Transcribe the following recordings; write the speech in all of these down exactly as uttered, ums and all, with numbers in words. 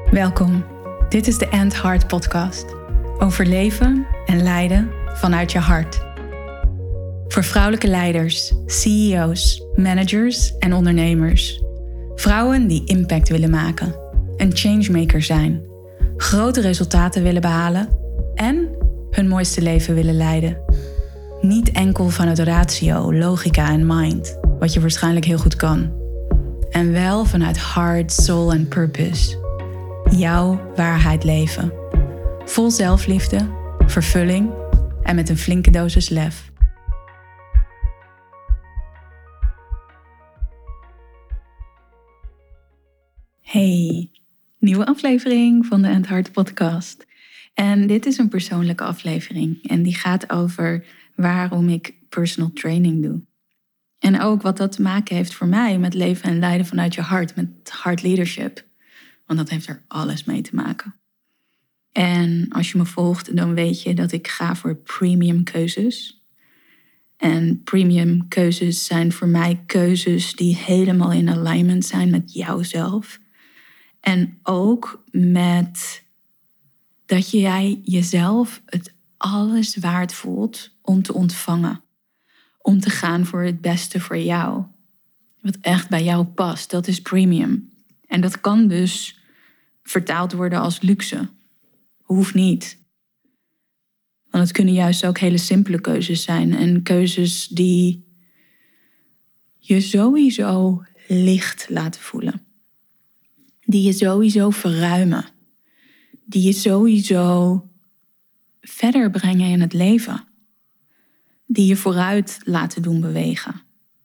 Welkom. Dit is de And Heart podcast. Over leven en leiden vanuit je hart. Voor vrouwelijke leiders, C E O's, managers en ondernemers. Vrouwen die impact willen maken. Een changemaker zijn. Grote resultaten willen behalen. En hun mooiste leven willen leiden. Niet enkel vanuit ratio, logica en mind. Wat je waarschijnlijk heel goed kan. En wel vanuit heart, soul en purpose. Jouw waarheid leven. Vol zelfliefde, vervulling en met een flinke dosis lef. Hey, nieuwe aflevering van de And Heart podcast. En dit is een persoonlijke aflevering en die gaat over waarom ik personal training doe. En ook wat dat te maken heeft voor mij met leven en leiden vanuit je hart, met heart leadership. Want dat heeft er alles mee te maken. En als je me volgt, dan weet je dat ik ga voor premium keuzes. En premium keuzes zijn voor mij keuzes die helemaal in alignment zijn met jouzelf. En ook met dat jij jezelf het alles waard voelt om te ontvangen. Om te gaan voor het beste voor jou. Wat echt bij jou past, dat is premium. En dat kan dus vertaald worden als luxe. Hoeft niet. Want het kunnen juist ook hele simpele keuzes zijn. En keuzes die je sowieso licht laten voelen. Die je sowieso verruimen. Die je sowieso verder brengen in het leven. Die je vooruit laten doen bewegen.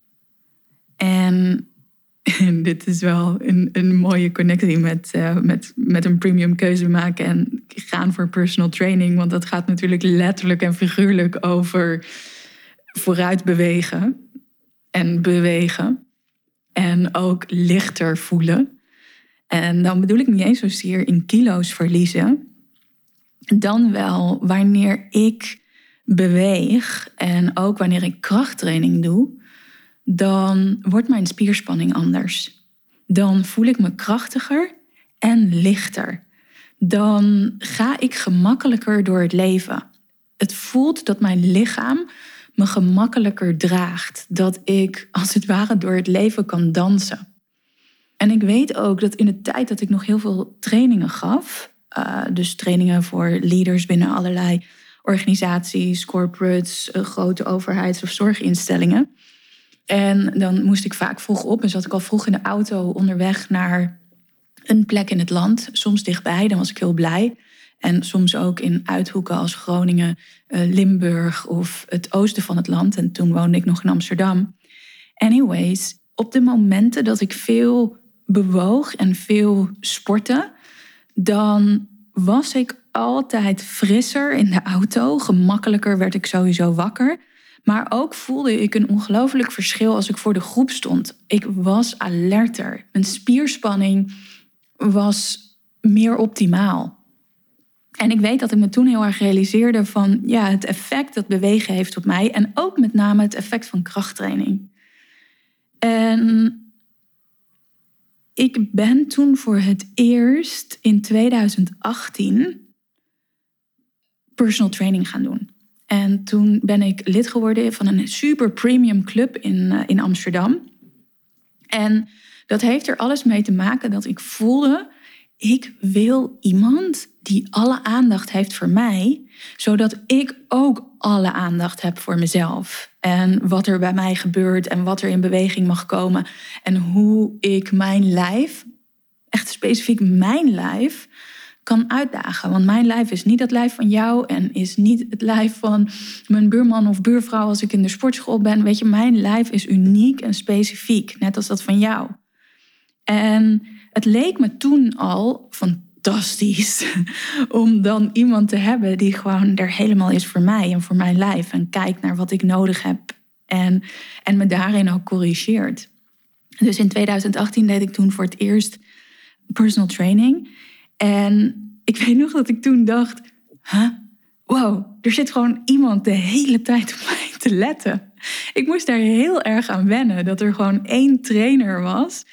En dit is wel een, een mooie connectie met, uh, met, met een premium keuze maken en gaan voor personal training. Want dat gaat natuurlijk letterlijk en figuurlijk over vooruit bewegen en bewegen. En ook lichter voelen. En dan bedoel ik niet eens zozeer in kilo's verliezen. Dan wel wanneer ik beweeg en ook wanneer ik krachttraining doe, dan wordt mijn spierspanning anders. Dan voel ik me krachtiger en lichter. Dan ga ik gemakkelijker door het leven. Het voelt dat mijn lichaam me gemakkelijker draagt. Dat ik als het ware door het leven kan dansen. En ik weet ook dat in de tijd dat ik nog heel veel trainingen gaf, uh, dus trainingen voor leaders binnen allerlei organisaties, corporates, uh, grote overheids- of zorginstellingen. En dan moest ik vaak vroeg op en zat ik al vroeg in de auto onderweg naar een plek in het land. Soms dichtbij, dan was ik heel blij. En soms ook in uithoeken als Groningen, Limburg of het oosten van het land. En toen woonde ik nog in Amsterdam. Anyways, op de momenten dat ik veel bewoog en veel sportte, dan was ik altijd frisser in de auto. Gemakkelijker werd ik sowieso wakker. Maar ook voelde ik een ongelooflijk verschil als ik voor de groep stond. Ik was alerter. Mijn spierspanning was meer optimaal. En ik weet dat ik me toen heel erg realiseerde van ja, het effect dat bewegen heeft op mij. En ook met name het effect van krachttraining. En ik ben toen voor het eerst in tweeduizend achttien personal training gaan doen. En toen ben ik lid geworden van een super premium club in, uh, in Amsterdam. En dat heeft er alles mee te maken dat ik voelde, ik wil iemand die alle aandacht heeft voor mij, zodat ik ook alle aandacht heb voor mezelf. En wat er bij mij gebeurt en wat er in beweging mag komen. En hoe ik mijn lijf, echt specifiek mijn lijf, kan uitdagen. Want mijn lijf is niet het lijf van jou en is niet het lijf van mijn buurman of buurvrouw als ik in de sportschool ben. Weet je, mijn lijf is uniek en specifiek, net als dat van jou. En het leek me toen al fantastisch om dan iemand te hebben die gewoon er helemaal is voor mij en voor mijn lijf. En kijkt naar wat ik nodig heb en, en me daarin ook corrigeert. Dus in tweeduizend achttien deed ik toen voor het eerst personal training. En ik weet nog dat ik toen dacht, huh? Wow, er zit gewoon iemand de hele tijd op mij te letten. Ik moest daar heel erg aan wennen, dat er gewoon één trainer was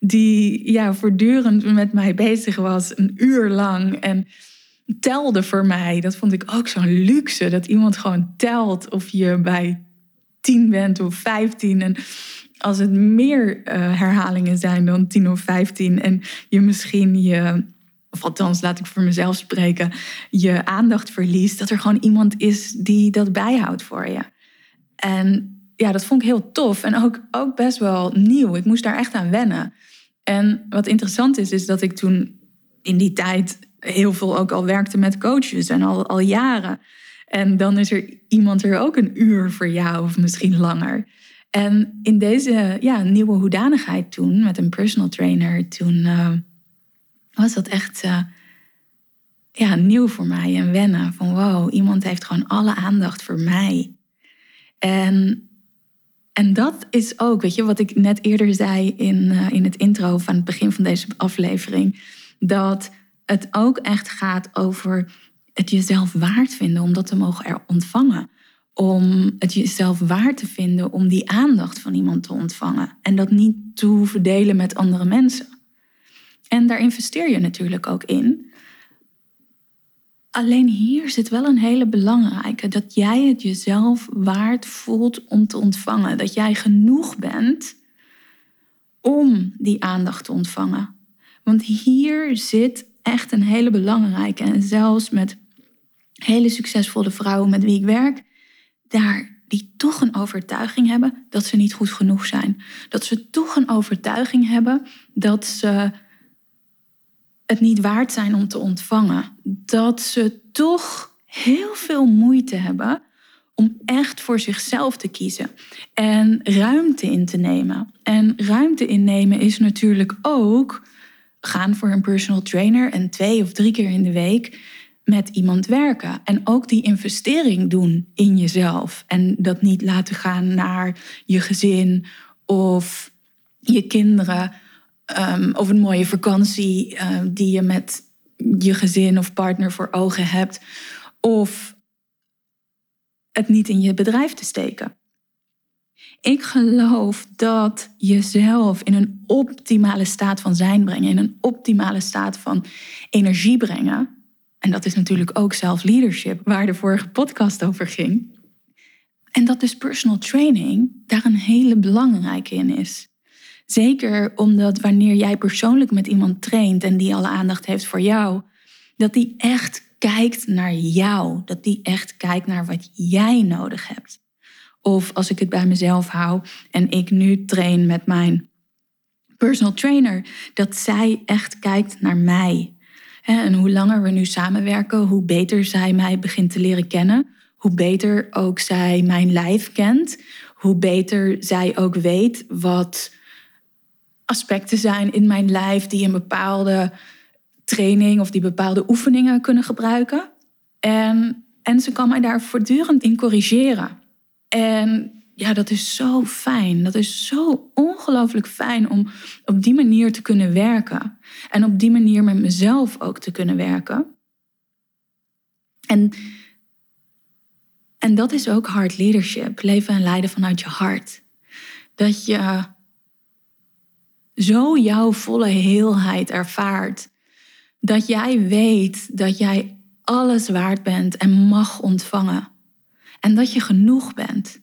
die ja, voortdurend met mij bezig was, een uur lang. En telde voor mij. Dat vond ik ook zo'n luxe. Dat iemand gewoon telt of je bij tien bent of vijftien. En als het meer uh, herhalingen zijn dan tien of vijftien. En je misschien je, of althans laat ik voor mezelf spreken, je aandacht verliest. Dat er gewoon iemand is die dat bijhoudt voor je. En ja, dat vond ik heel tof. En ook, ook best wel nieuw. Ik moest daar echt aan wennen. En wat interessant is, is dat ik toen in die tijd heel veel ook al werkte met coaches en al, al jaren. En dan is er iemand er ook een uur voor jou of misschien langer. En in deze ja, nieuwe hoedanigheid toen, met een personal trainer, toen uh, was dat echt uh, ja, nieuw voor mij en wennen. Van wow, iemand heeft gewoon alle aandacht voor mij. En, en dat is ook, weet je, wat ik net eerder zei in, uh, in het intro van het begin van deze aflevering. Dat het ook echt gaat over het jezelf waard vinden om dat te mogen ontvangen. Om het jezelf waard te vinden om die aandacht van iemand te ontvangen. En dat niet te hoeven delen met andere mensen. En daar investeer je natuurlijk ook in. Alleen hier zit wel een hele belangrijke. Dat jij het jezelf waard voelt om te ontvangen. Dat jij genoeg bent om die aandacht te ontvangen. Want hier zit echt een hele belangrijke. En zelfs met hele succesvolle vrouwen met wie ik werk, daar die toch een overtuiging hebben dat ze niet goed genoeg zijn. Dat ze toch een overtuiging hebben dat ze het niet waard zijn om te ontvangen. Dat ze toch heel veel moeite hebben om echt voor zichzelf te kiezen. En ruimte in te nemen. En ruimte innemen is natuurlijk ook gaan voor een personal trainer en twee of drie keer in de week met iemand werken. En ook die investering doen in jezelf. En dat niet laten gaan naar je gezin of je kinderen. Um, of een mooie vakantie uh, die je met je gezin of partner voor ogen hebt. Of het niet in je bedrijf te steken. Ik geloof dat jezelf in een optimale staat van zijn brengen. In een optimale staat van energie brengen. En dat is natuurlijk ook self-leadership, waar de vorige podcast over ging. En dat dus personal training daar een hele belangrijke in is. Zeker omdat wanneer jij persoonlijk met iemand traint en die alle aandacht heeft voor jou, dat die echt kijkt naar jou. Dat die echt kijkt naar wat jij nodig hebt. Of als ik het bij mezelf hou en ik nu train met mijn personal trainer, dat zij echt kijkt naar mij. En hoe langer we nu samenwerken, hoe beter zij mij begint te leren kennen. Hoe beter ook zij mijn lijf kent. Hoe beter zij ook weet wat aspecten zijn in mijn lijf die een bepaalde training of die bepaalde oefeningen kunnen gebruiken. En, en ze kan mij daar voortdurend in corrigeren. En ja, dat is zo fijn. Dat is zo ongelooflijk fijn om op die manier te kunnen werken. En op die manier met mezelf ook te kunnen werken. En, en dat is ook hard leadership. Leven en leiden vanuit je hart. Dat je zo jouw volle heelheid ervaart. Dat jij weet dat jij alles waard bent en mag ontvangen. En dat je genoeg bent.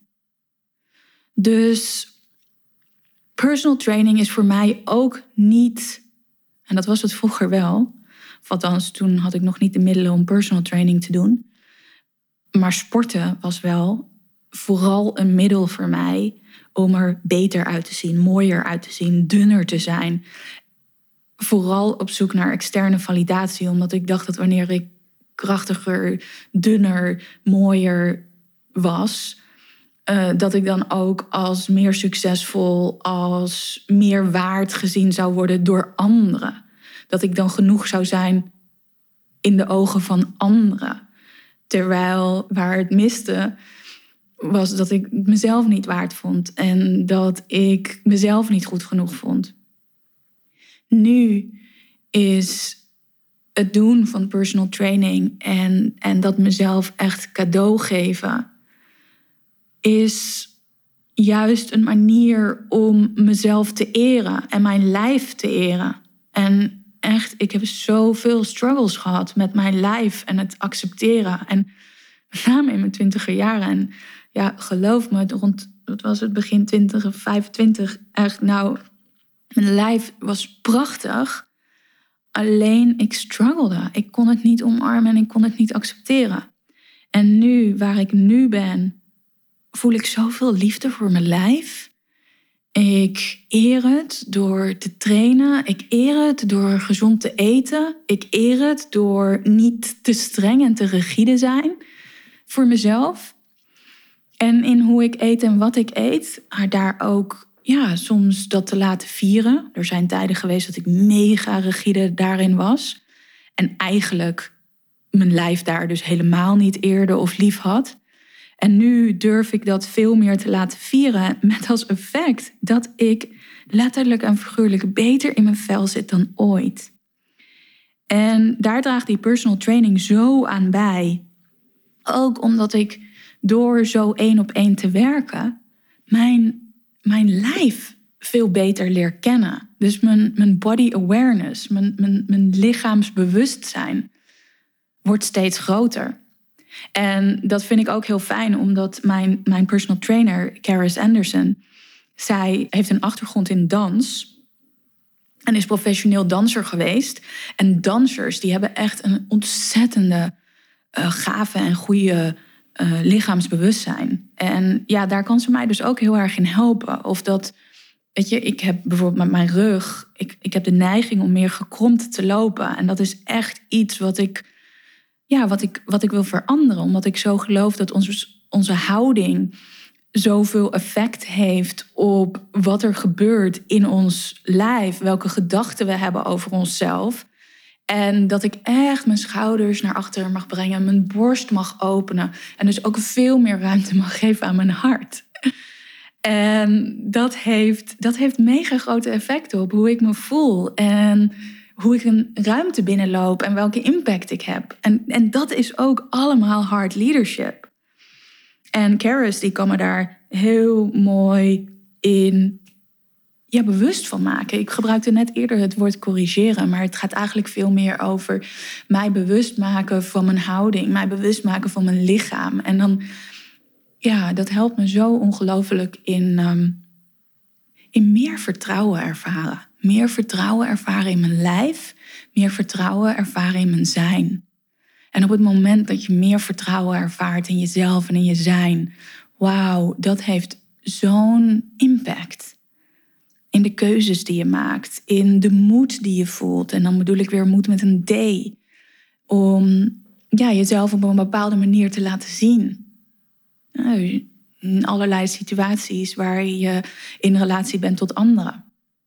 Dus personal training is voor mij ook niet, en dat was het vroeger wel, of althans toen had ik nog niet de middelen om personal training te doen. Maar sporten was wel vooral een middel voor mij om er beter uit te zien, mooier uit te zien, dunner te zijn. Vooral op zoek naar externe validatie, omdat ik dacht dat wanneer ik krachtiger, dunner, mooier was, Uh, dat ik dan ook als meer succesvol, als meer waard gezien zou worden door anderen. Dat ik dan genoeg zou zijn in de ogen van anderen. Terwijl waar het miste was dat ik mezelf niet waard vond. En dat ik mezelf niet goed genoeg vond. Nu is het doen van personal training en, en dat mezelf echt cadeau geven, is juist een manier om mezelf te eren en mijn lijf te eren. En echt, ik heb zoveel struggles gehad met mijn lijf en het accepteren. En met name in mijn twintiger jaren. En ja, geloof me, rond, wat was het, begin twintig of vijfentwintig, echt nou, mijn lijf was prachtig. Alleen ik struggelde. Ik kon het niet omarmen en ik kon het niet accepteren. En nu, waar ik nu ben, voel ik zoveel liefde voor mijn lijf. Ik eer het door te trainen. Ik eer het door gezond te eten. Ik eer het door niet te streng en te rigide zijn voor mezelf. En in hoe ik eet en wat ik eet, maar daar ook ja, soms dat te laten vieren. Er zijn tijden geweest dat ik mega rigide daarin was. En eigenlijk mijn lijf daar dus helemaal niet eerde of lief had. En nu durf ik dat veel meer te laten vieren. Met als effect dat ik letterlijk en figuurlijk beter in mijn vel zit dan ooit. En daar draagt die personal training zo aan bij. Ook omdat ik door zo één op één te werken, mijn, mijn lijf veel beter leer kennen. Dus mijn, mijn body awareness, mijn, mijn, mijn lichaamsbewustzijn wordt steeds groter. En dat vind ik ook heel fijn, omdat mijn, mijn personal trainer, Caris Anderson, zij heeft een achtergrond in dans en is professioneel danser geweest. En dansers die hebben echt een ontzettende uh, gave en goede uh, lichaamsbewustzijn. En ja, daar kan ze mij dus ook heel erg in helpen. Of dat, weet je, ik heb bijvoorbeeld met mijn rug, ik, ik heb de neiging om meer gekromd te lopen. En dat is echt iets wat ik, ja, wat ik, wat ik wil veranderen. Omdat ik zo geloof dat onze, onze houding zoveel effect heeft op wat er gebeurt in ons lijf. Welke gedachten we hebben over onszelf. En dat ik echt mijn schouders naar achteren mag brengen. Mijn borst mag openen. En dus ook veel meer ruimte mag geven aan mijn hart. En dat heeft, dat heeft mega grote effecten op hoe ik me voel. En hoe ik een ruimte binnenloop. En welke impact ik heb. En, en dat is ook allemaal hard leadership. En Caris die kan me daar heel mooi in ja, bewust van maken. Ik gebruikte net eerder het woord corrigeren, maar het gaat eigenlijk veel meer over mij bewust maken van mijn houding, mij bewust maken van mijn lichaam. En dan, ja, dat helpt me zo ongelooflijk in, um, in meer vertrouwen ervaren. Meer vertrouwen ervaren in mijn lijf, meer vertrouwen ervaren in mijn zijn. En op het moment dat je meer vertrouwen ervaart in jezelf en in je zijn, wauw, dat heeft zo'n impact. In de keuzes die je maakt, in de moed die je voelt. En dan bedoel ik weer moed met een D. Om ja, jezelf op een bepaalde manier te laten zien. In allerlei situaties waar je in relatie bent tot anderen.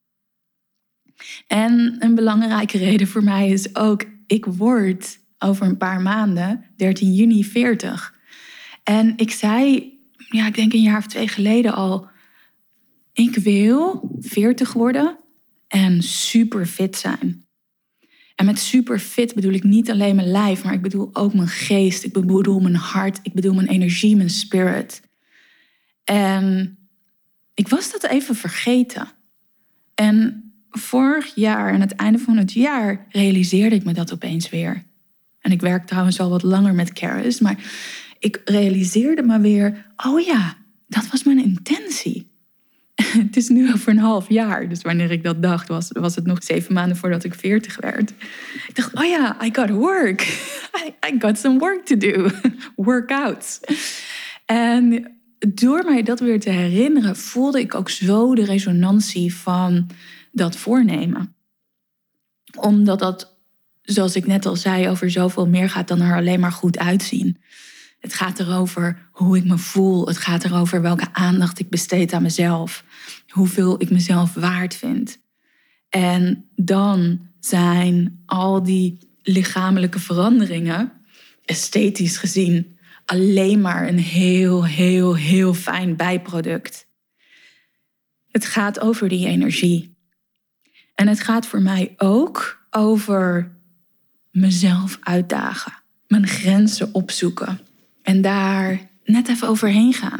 En een belangrijke reden voor mij is ook, ik word over een paar maanden, dertien juni, veertig. En ik zei, ja, ik denk een jaar of twee geleden al, ik wil veertig worden en super fit zijn. En met super fit bedoel ik niet alleen mijn lijf, maar ik bedoel ook mijn geest. Ik bedoel mijn hart, ik bedoel mijn energie, mijn spirit. En ik was dat even vergeten. En vorig jaar, aan het einde van het jaar, realiseerde ik me dat opeens weer. En ik werk trouwens al wat langer met Caris, maar ik realiseerde me weer, oh ja, dat was mijn intentie. Het is nu over een half jaar, dus wanneer ik dat dacht, was, was het nog zeven maanden voordat ik veertig werd. Ik dacht, oh ja, I got work. I, I got some work to do. Workouts. En door mij dat weer te herinneren, voelde ik ook zo de resonantie van dat voornemen. Omdat dat, zoals ik net al zei, over zoveel meer gaat dan er alleen maar goed uitzien. Het gaat erover hoe ik me voel. Het gaat erover welke aandacht ik besteed aan mezelf. Hoeveel ik mezelf waard vind. En dan zijn al die lichamelijke veranderingen, esthetisch gezien, alleen maar een heel, heel, heel fijn bijproduct. Het gaat over die energie. En het gaat voor mij ook over mezelf uitdagen. Mijn grenzen opzoeken. En daar net even overheen gaan.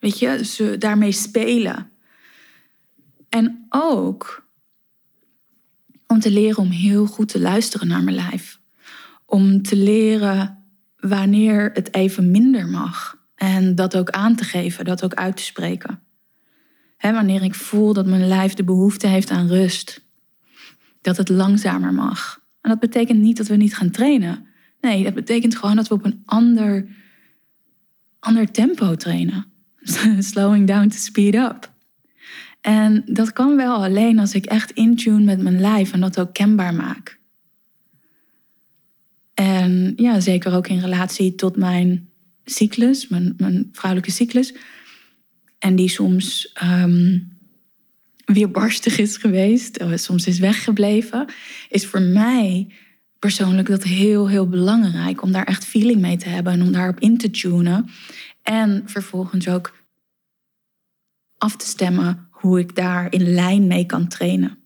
Weet je, ze daarmee spelen. En ook om te leren om heel goed te luisteren naar mijn lijf. Om te leren wanneer het even minder mag. En dat ook aan te geven, dat ook uit te spreken. He, wanneer ik voel dat mijn lijf de behoefte heeft aan rust. Dat het langzamer mag. En dat betekent niet dat we niet gaan trainen. Nee, dat betekent gewoon dat we op een ander, ander tempo trainen. Slowing down to speed up. En dat kan wel alleen als ik echt in tune met mijn lijf en dat ook kenbaar maak. En ja, zeker ook in relatie tot mijn cyclus, mijn, mijn vrouwelijke cyclus. En die soms um, weerbarstig is geweest, soms is weggebleven. Is voor mij persoonlijk dat heel, heel belangrijk om daar echt feeling mee te hebben en om daarop in te tunen. En vervolgens ook af te stemmen hoe ik daar in lijn mee kan trainen.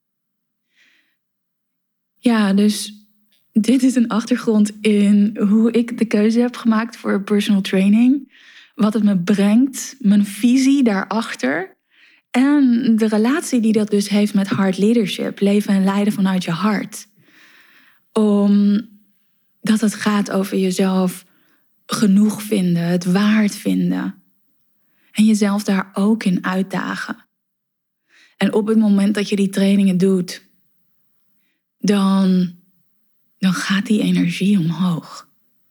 Ja, dus dit is een achtergrond in hoe ik de keuze heb gemaakt voor personal training. Wat het me brengt, mijn visie daarachter. En de relatie die dat dus heeft met heart leadership. Leven en leiden vanuit je hart. Omdat het gaat over jezelf genoeg vinden, het waard vinden. En jezelf daar ook in uitdagen. En op het moment dat je die trainingen doet, dan, dan gaat die energie omhoog.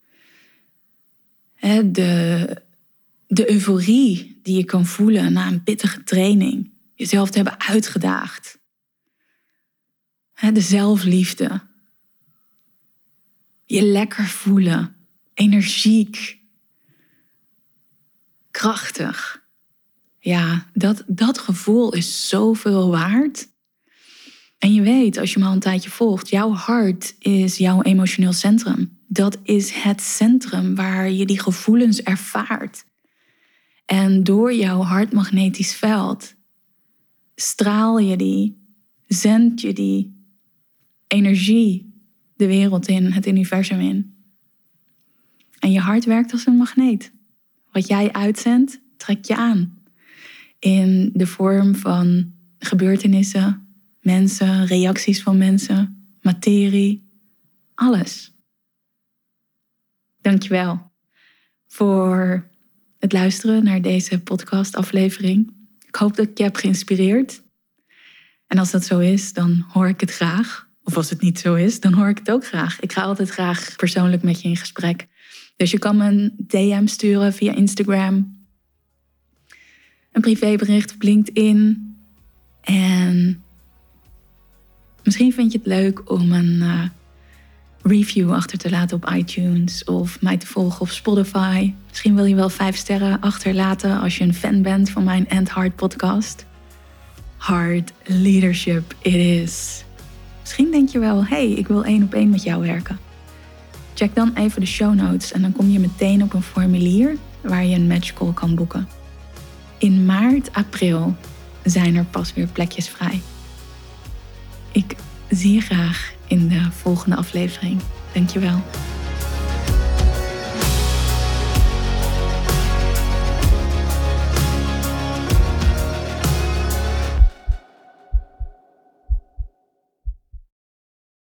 He, de, de euforie die je kan voelen na een pittige training. Jezelf te hebben uitgedaagd. He, de zelfliefde. Je lekker voelen. Energiek. Krachtig. Ja, dat, dat gevoel is zoveel waard. En je weet, als je me al een tijdje volgt, jouw hart is jouw emotioneel centrum. Dat is het centrum waar je die gevoelens ervaart. En door jouw hartmagnetisch veld straal je die, zend je die energie de wereld in, het universum in. En je hart werkt als een magneet. Wat jij uitzendt, trekt je aan. In de vorm van gebeurtenissen, mensen, reacties van mensen, materie, alles. Dankjewel voor het luisteren naar deze podcastaflevering. Ik hoop dat ik je heb geïnspireerd. En als dat zo is, dan hoor ik het graag. Of als het niet zo is, dan hoor ik het ook graag. Ik ga altijd graag persoonlijk met je in gesprek. Dus je kan me een D M sturen via Instagram. Een privébericht op LinkedIn. En misschien vind je het leuk om een uh, review achter te laten op iTunes. Of mij te volgen op Spotify. Misschien wil je wel vijf sterren achterlaten als je een fan bent van mijn And Heart podcast. Heart leadership it is. Misschien denk je wel, hey, ik wil één op één met jou werken. Check dan even de show notes en dan kom je meteen op een formulier waar je een matchcall kan boeken. In maart, april zijn er pas weer plekjes vrij. Ik zie je graag in de volgende aflevering. Dankjewel.